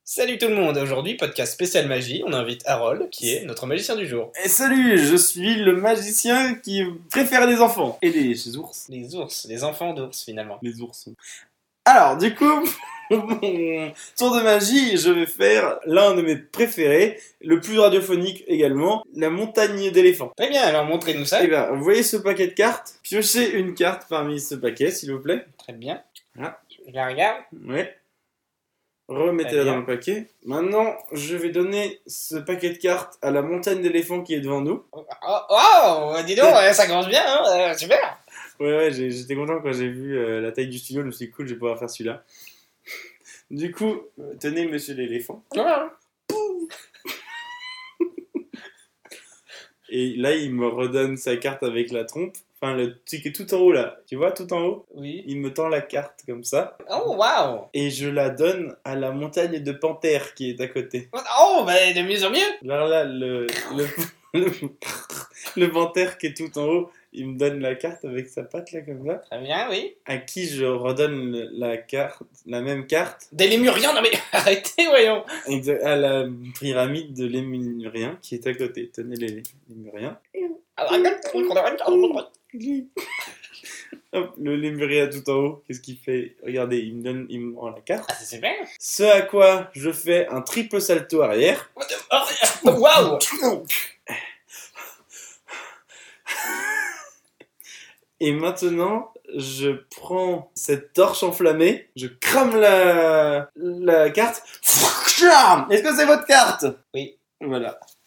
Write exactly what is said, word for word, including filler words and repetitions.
Salut tout le monde, aujourd'hui podcast spécial magie, on invite Harold qui est notre magicien du jour. Et salut, je suis le magicien qui préfère les enfants et les ours. Les ours, les enfants d'ours finalement. Les ours. Alors du coup, pour mon tour de magie, je vais faire l'un de mes préférés, le plus radiophonique également, la montagne d'éléphants. Très bien, alors montrez-nous ça. Eh bien, vous voyez ce paquet de cartes? Piochez une carte parmi ce paquet, s'il vous plaît. Très bien. Ah. Je la regarde. Ouais. Remettez-la dans le paquet. Maintenant, je vais donner ce paquet de cartes à la montagne d'éléphants qui est devant nous. Oh, oh, oh dis donc, ça commence bien, hein, super. Ouais, ouais, j'ai, j'étais content quand j'ai vu euh, la taille du studio, je me suis dit cool, je vais pouvoir faire celui-là. Du coup, euh, tenez monsieur l'éléphant. Voilà. Et là, il me redonne sa carte avec la trompe. Enfin, le truc est tout en haut là. Tu vois, tout en haut? Oui. Il me tend la carte comme ça. Oh, waouh. Et je la donne à la montagne de panthères qui est à côté. Oh, bah de mieux en mieux. Alors là, le, le, le, le panthère qui est tout en haut, il me donne la carte avec sa patte là comme ça. Très bien, oui. À qui je redonne le- la carte, la même carte. Des lémuriens, non mais arrêtez, voyons. Exact, à la pyramide de Lémurien qui est à côté. Tenez les Lémuriens. Hop, le Lémurien tout en haut, qu'est-ce qu'il fait? Regardez, il me donne, il me rend la carte. Ah, c'est super. Ce à quoi je fais un triple salto arrière. Waouh. Et maintenant, je prends cette torche enflammée, je crame la, la carte. Est-ce que c'est votre carte? Oui. Voilà.